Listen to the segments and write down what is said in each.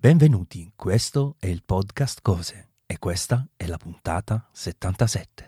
Benvenuti, questo è il podcast Cose e questa è la puntata 77.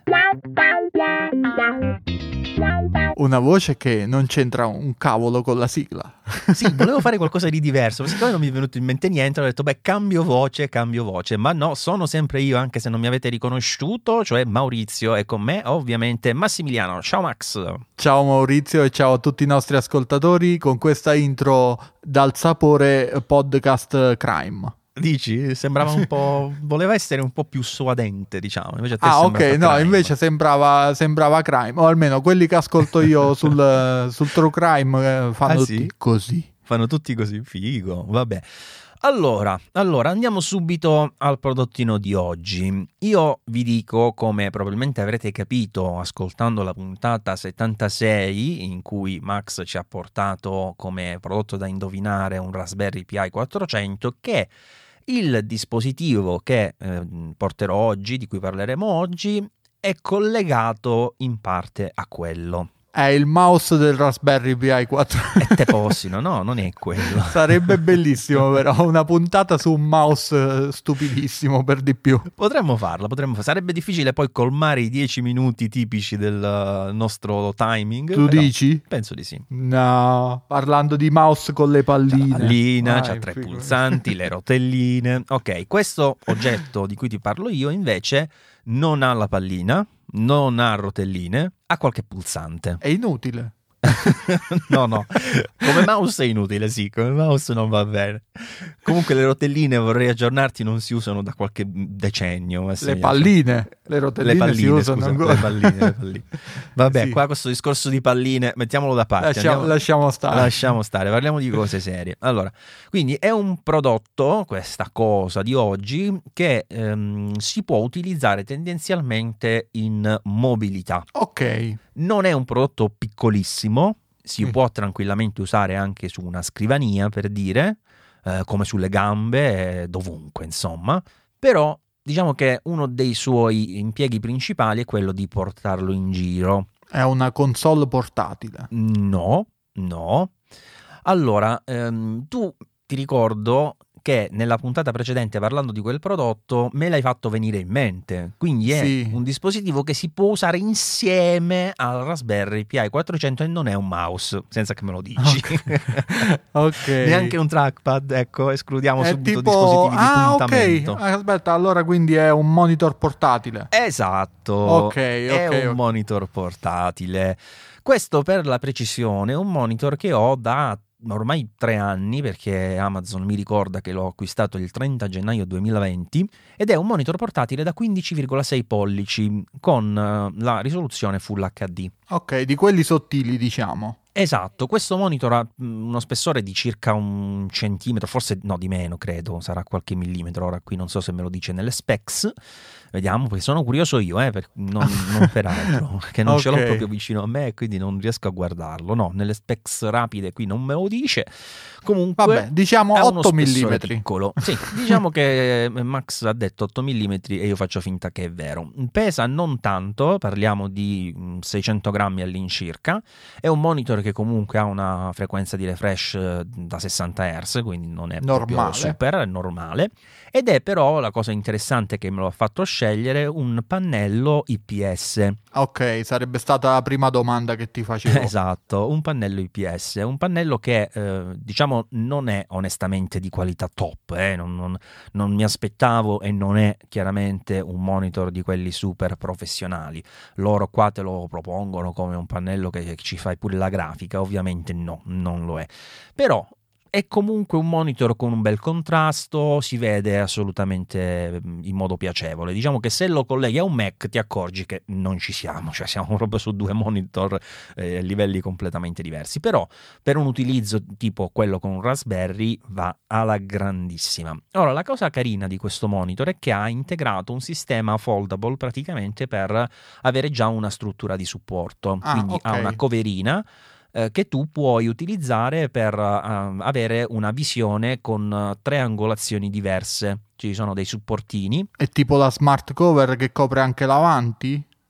Una voce che non c'entra un cavolo con la sigla. Sì, volevo fare qualcosa di diverso, ma siccome non mi è venuto in mente niente, ho detto, cambio voce, ma no, sono sempre io, anche se non mi avete riconosciuto, cioè Maurizio, e con me ovviamente Massimiliano. Ciao Max! Ciao Maurizio e ciao a tutti i nostri ascoltatori con questa intro dal sapore podcast crime. Dici? Sembrava un po'... voleva essere un po' più suadente, diciamo. Invece a te ok, no, crime. invece sembrava crime, o almeno quelli che ascolto io sul true crime fanno tutti così. Fanno tutti così, figo, vabbè. Allora, andiamo subito al prodottino di oggi. Io vi dico, come probabilmente avrete capito ascoltando la puntata 76, in cui Max ci ha portato come prodotto da indovinare un Raspberry Pi 400, che il dispositivo che porterò oggi, di cui parleremo oggi, è collegato in parte a quello. È il mouse del Raspberry Pi 4. È Teposino, no, non è quello. Sarebbe bellissimo, però, una puntata su un mouse stupidissimo per di più. Potremmo farla. Sarebbe difficile poi colmare i 10 minuti tipici del nostro timing. Tu dici? Penso di sì. No, parlando di mouse con le palline. C'ha la pallina, c'ha 3 pulsanti, le rotelline. Ok, questo oggetto di cui ti parlo io invece non ha la pallina, non ha rotelline, ha qualche pulsante. È inutile. No, come mouse è inutile, sì, come mouse non va bene. Comunque le rotelline, vorrei aggiornarti, non si usano da qualche decennio. Le palline, le rotelline si usano ancora. Le palline. Vabbè, sì. Qua questo discorso di palline mettiamolo da parte. Lasciamo stare, parliamo di cose serie. Allora, quindi è un prodotto, questa cosa di oggi, che si può utilizzare tendenzialmente in mobilità. Ok. Non è un prodotto piccolissimo, si può tranquillamente usare anche su una scrivania, per dire, come sulle gambe, dovunque, insomma. Però diciamo che uno dei suoi impieghi principali è quello di portarlo in giro. È una console portatile? No. Allora, tu ti ricordo che nella puntata precedente, parlando di quel prodotto, me l'hai fatto venire in mente. Quindi è un dispositivo che si può usare insieme al Raspberry Pi 400 e non è un mouse, senza che me lo dici. Ok. Neanche un trackpad, ecco, escludiamo è subito tipo... dispositivi di puntamento. Ok, aspetta, allora quindi è un monitor portatile. Esatto, è un monitor portatile. Questo, per la precisione, è un monitor che ho da ormai 3 anni, perché Amazon mi ricorda che l'ho acquistato il 30 gennaio 2020 ed è un monitor portatile da 15,6 pollici con la risoluzione Full HD. Ok, di quelli sottili, diciamo. Esatto, questo monitor ha uno spessore di circa 1 centimetro, forse no, di meno, credo, sarà qualche millimetro. Ora qui non so se me lo dice nelle specs, vediamo, perché sono curioso io, non per altro, perché non ce l'ho proprio vicino a me e quindi non riesco a guardarlo. No, nelle specs rapide qui non me lo dice. Comunque, vabbè, diciamo 8 mm piccolo. Sì, diciamo che Max ha detto 8 mm e io faccio finta che è vero. Pesa non tanto, parliamo di 600 grammi all'incirca. È un monitor che comunque ha una frequenza di refresh da 60 Hz, quindi non è proprio super, è normale. Ed è però, la cosa interessante che me lo ha fatto scegliere, un pannello IPS. Ok, sarebbe stata la prima domanda che ti facevo. Esatto, un pannello IPS, un pannello che diciamo non è onestamente di qualità top, non mi aspettavo, e non è chiaramente un monitor di quelli super professionali. Loro qua te lo propongono come un pannello che ci fai pure la grafica, ovviamente no, non lo è. Però è comunque un monitor con un bel contrasto, si vede assolutamente in modo piacevole. Diciamo che se lo colleghi a un Mac ti accorgi che non ci siamo, cioè siamo proprio su 2 monitor a livelli completamente diversi. Però per un utilizzo tipo quello con un Raspberry va alla grandissima. Ora, la cosa carina di questo monitor è che ha integrato un sistema foldable praticamente per avere già una struttura di supporto. Quindi ha una coverina che tu puoi utilizzare per avere una visione con 3 angolazioni diverse. Ci sono dei supportini. È tipo la smart cover che copre anche l'avanti?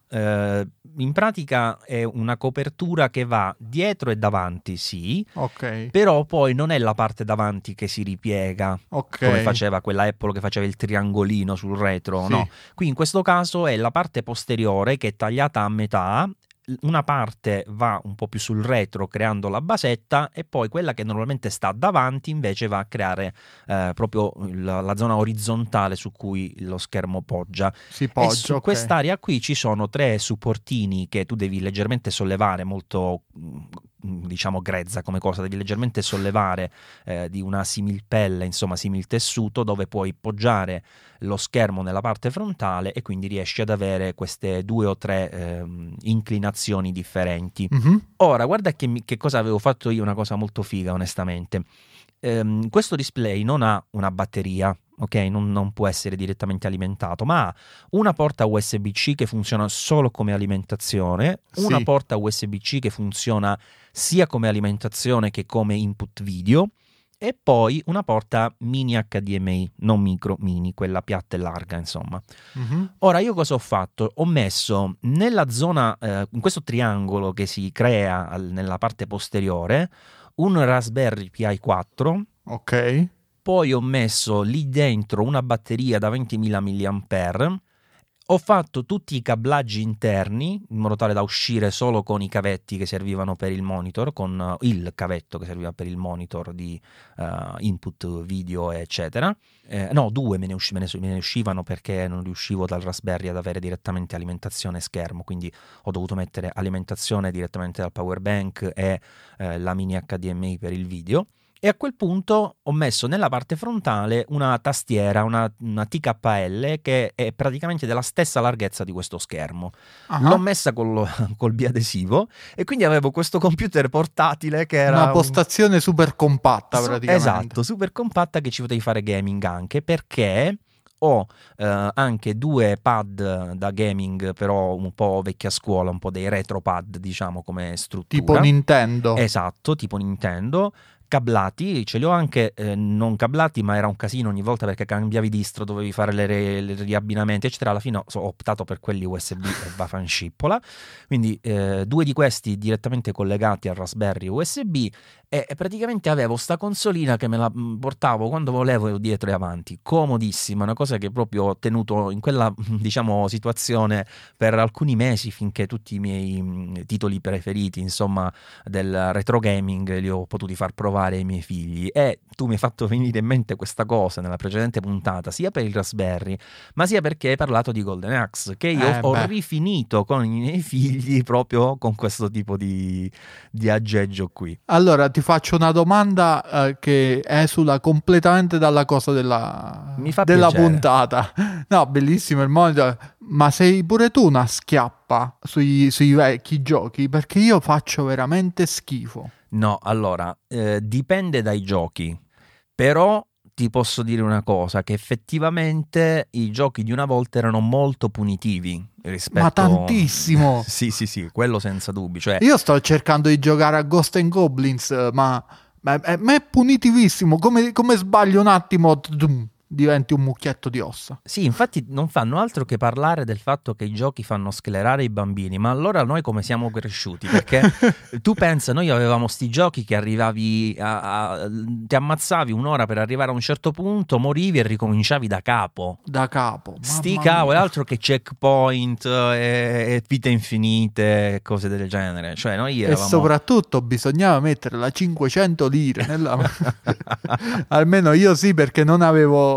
in pratica è una copertura che va dietro e davanti, sì, Ok. però poi non è la parte davanti che si ripiega, Ok. come faceva quella Apple che faceva il triangolino sul retro, Sì. no. Qui in questo caso è la parte posteriore che è tagliata a metà. Una parte va un po' più sul retro creando la basetta e poi quella che normalmente sta davanti invece va a creare proprio la zona orizzontale su cui lo schermo poggia. Si E poggia, su ok. quest'area qui ci sono 3 supportini che tu devi leggermente sollevare, molto diciamo grezza come cosa, devi leggermente sollevare di una similpelle, insomma similtessuto, dove puoi poggiare lo schermo nella parte frontale e quindi riesci ad avere queste 2 o 3 inclinazioni differenti. Mhm. Ora, guarda che cosa avevo fatto io, una cosa molto figa onestamente. Questo display non ha una batteria, ok? Non può essere direttamente alimentato, ma ha una porta USB-C che funziona solo come alimentazione, una Sì. porta USB-C che funziona sia come alimentazione che come input video, e poi una porta mini HDMI, non micro, mini, quella piatta e larga, insomma. Mhm. Ora io cosa ho fatto? Ho messo nella zona, in questo triangolo che si crea nella parte posteriore, un Raspberry Pi 4, Ok. poi ho messo lì dentro una batteria da 20.000 mAh. Ho fatto tutti i cablaggi interni in modo tale da uscire solo con i cavetti che servivano per il monitor, con il cavetto che serviva per il monitor di input video eccetera. No, 2 me ne uscivano perché non riuscivo dal Raspberry ad avere direttamente alimentazione schermo, quindi ho dovuto mettere alimentazione direttamente dal power bank e la mini HDMI per il video. E a quel punto ho messo nella parte frontale una tastiera, una TKL che è praticamente della stessa larghezza di questo schermo. Ah. L'ho messa col biadesivo e quindi avevo questo computer portatile che era Una postazione super compatta praticamente. Esatto, super compatta, che ci potevi fare gaming anche perché ho anche 2 pad da gaming, però un po' vecchia scuola, un po' dei retro pad, diciamo, come struttura. Tipo Nintendo. Esatto, tipo Nintendo. Cablati, ce li ho anche non cablati, ma era un casino ogni volta perché cambiavi distro, dovevi fare le riabbinamenti eccetera. Alla fine ho optato per quelli USB e vaffanschippola, quindi 2 di questi direttamente collegati al Raspberry USB e praticamente avevo sta consolina che me la portavo quando volevo dietro e avanti, comodissima, una cosa che proprio ho tenuto in quella diciamo situazione per alcuni mesi, finché tutti i miei titoli preferiti insomma del retro gaming li ho potuti far provare ai miei figli. E tu mi hai fatto venire in mente questa cosa nella precedente puntata, sia per il Raspberry ma sia perché hai parlato di Golden Axe, che io ho rifinito con i miei figli proprio con questo tipo di aggeggio qui. Allora ti faccio una domanda che esula completamente dalla cosa della piacere. puntata. No, bellissimo il monitor, ma sei pure tu una schiappa sui vecchi giochi? Perché io faccio veramente schifo. No, allora, dipende dai giochi, però ti posso dire una cosa, che effettivamente i giochi di una volta erano molto punitivi rispetto... Ma tantissimo! Sì, quello senza dubbio. Cioè... Io sto cercando di giocare a Ghost and Goblins, ma è punitivissimo. Come sbaglio un attimo, diventi un mucchietto di ossa. Sì, infatti non fanno altro che parlare del fatto che i giochi fanno sclerare i bambini, ma allora noi come siamo cresciuti? Perché tu pensa, noi avevamo sti giochi che arrivavi ti ammazzavi un'ora per arrivare a un certo punto, morivi e ricominciavi da capo. Da capo. Sti cavoli, altro che checkpoint e vite infinite, cose del genere. Cioè noi eravamo... E soprattutto bisognava mettere la 500 lire nella... Almeno io sì, perché non avevo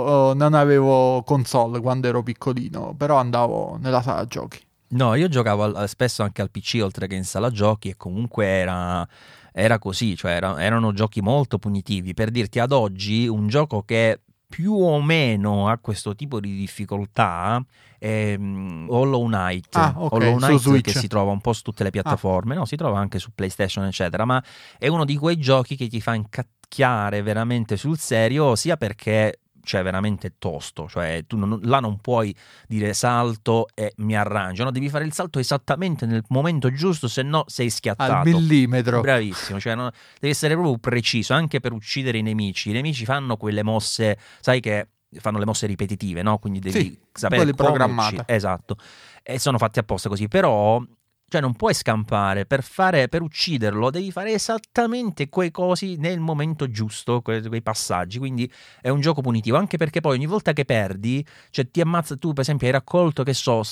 console quando ero piccolino, però andavo nella sala giochi. No, io giocavo spesso anche al PC oltre che in sala giochi, e comunque era così, cioè erano giochi molto punitivi. Per dirti, ad oggi un gioco che più o meno ha questo tipo di difficoltà è Hollow Knight. Hollow Knight, che si trova un po' su tutte le piattaforme, no, si trova anche su PlayStation eccetera, ma è uno di quei giochi che ti fa incacchiare veramente sul serio, sia perché cioè veramente tosto, cioè tu là non puoi dire salto e mi arrangio, no, devi fare il salto esattamente nel momento giusto, se no sei schiattato al millimetro. Bravissimo, cioè devi essere proprio preciso anche per uccidere i nemici. I nemici fanno quelle mosse, sai, che fanno le mosse ripetitive, no? Quindi devi sapere quelle come programmate. esatto, e sono fatti apposta così, però cioè non puoi scampare, per ucciderlo devi fare esattamente quei cosi nel momento giusto, quei passaggi, quindi è un gioco punitivo, anche perché poi ogni volta che perdi, cioè ti ammazza, tu per esempio hai raccolto, che so,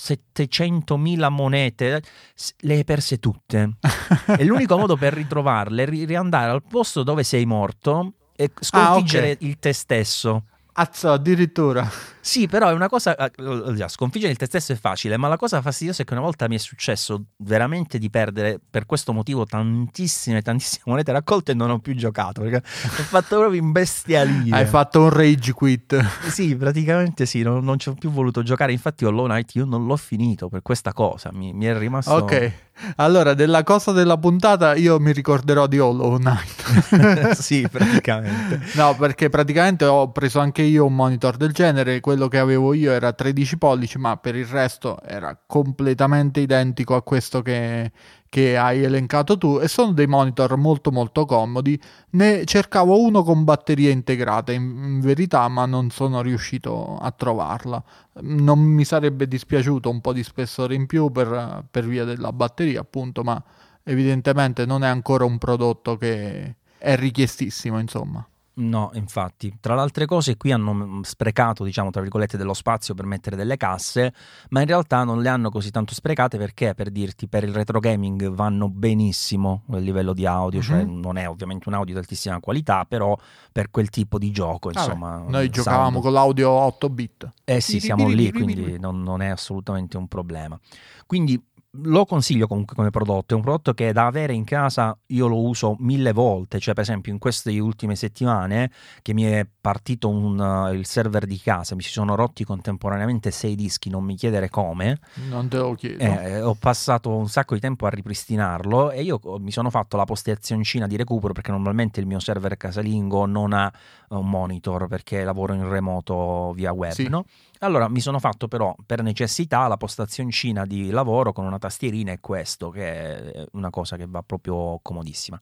700.000 monete, le hai perse tutte, e l'unico modo per ritrovarle è riandare al posto dove sei morto e sconfiggere il te stesso. Azzo, addirittura. Sì, però è una cosa, sconfiggere il te stesso è facile, ma la cosa fastidiosa è che una volta mi è successo veramente di perdere per questo motivo tantissime monete raccolte e non ho più giocato, perché ho fatto proprio imbestialire. Hai fatto un rage quit. Sì, praticamente sì, non ci ho più voluto giocare, infatti Hollow Knight io non l'ho finito per questa cosa, mi è rimasto... Ok, allora della cosa della puntata io mi ricorderò di Hollow Knight. Sì, praticamente. No, perché praticamente ho preso anche io un monitor del genere, quello che avevo io era 13 pollici, ma per il resto era completamente identico a questo che hai elencato tu, e sono dei monitor molto molto comodi. Ne cercavo uno con batteria integrata in verità, ma non sono riuscito a trovarla. Non mi sarebbe dispiaciuto un po' di spessore in più per via della batteria, appunto, ma evidentemente non è ancora un prodotto che è richiestissimo, insomma. No, infatti, tra le altre cose qui hanno sprecato, diciamo, tra virgolette, dello spazio per mettere delle casse, ma in realtà non le hanno così tanto sprecate, perché, per dirti, per il retro gaming vanno benissimo a livello di audio, cioè non è ovviamente un audio di altissima qualità, però per quel tipo di gioco, insomma... Noi giocavamo con l'audio 8 bit. Sì, siamo lì, quindi non è assolutamente un problema. Quindi lo consiglio comunque come prodotto, è un prodotto che da avere in casa, io lo uso 1000 volte, cioè per esempio in queste ultime settimane che mi è partito il server di casa, mi si sono rotti contemporaneamente 6 dischi, non mi chiedere come, non te lo chiedo, ho passato un sacco di tempo a ripristinarlo, e io mi sono fatto la postazioncina di recupero, perché normalmente il mio server casalingo non ha un monitor, perché lavoro in remoto via web, sì. no? Allora mi sono fatto però per necessità la postazioncina di lavoro con una tastierina, e questo, che è una cosa che va proprio comodissima.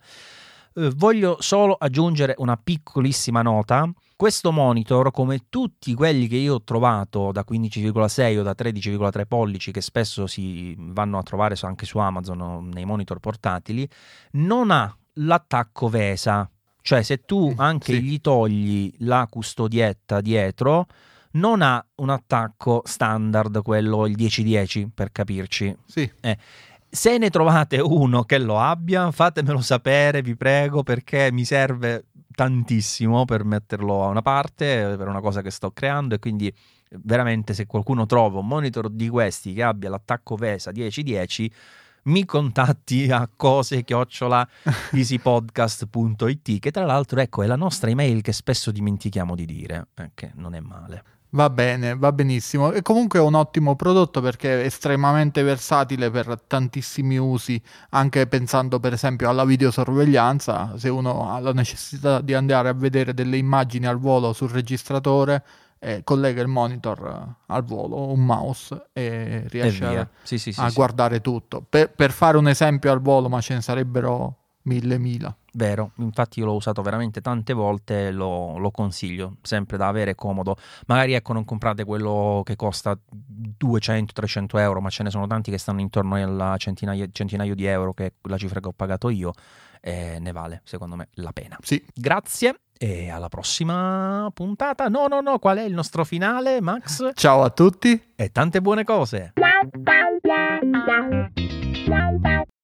Voglio solo aggiungere una piccolissima nota. Questo monitor, come tutti quelli che io ho trovato da 15,6 o da 13,3 pollici, che spesso si vanno a trovare anche su Amazon nei monitor portatili, non ha l'attacco VESA, cioè se tu anche gli togli la custodietta dietro, non ha un attacco standard, quello il 1010 per capirci. Sì. Se ne trovate uno che lo abbia, fatemelo sapere, vi prego, perché mi serve tantissimo per metterlo a una parte, per una cosa che sto creando, e quindi veramente se qualcuno trova un monitor di questi che abbia l'attacco VESA 1010, mi contatti a cose@easypodcast.it, che tra l'altro, ecco, è la nostra email che spesso dimentichiamo di dire, che non è male. Va bene, va benissimo. E comunque è un ottimo prodotto perché è estremamente versatile per tantissimi usi, anche pensando per esempio alla videosorveglianza. Se uno ha la necessità di andare a vedere delle immagini al volo sul registratore, collega il monitor al volo, un mouse, e riesce a guardare tutto. Per fare un esempio al volo, ma ce ne sarebbero mille. Vero, infatti io l'ho usato veramente tante volte, lo consiglio, sempre da avere, comodo. Magari, ecco, non comprate quello che costa 200-300 euro, ma ce ne sono tanti che stanno intorno al centinaio di euro, che è la cifra che ho pagato io, e ne vale secondo me la pena. Sì. Grazie e alla prossima puntata. No, qual è il nostro finale, Max? Ciao a tutti e tante buone cose.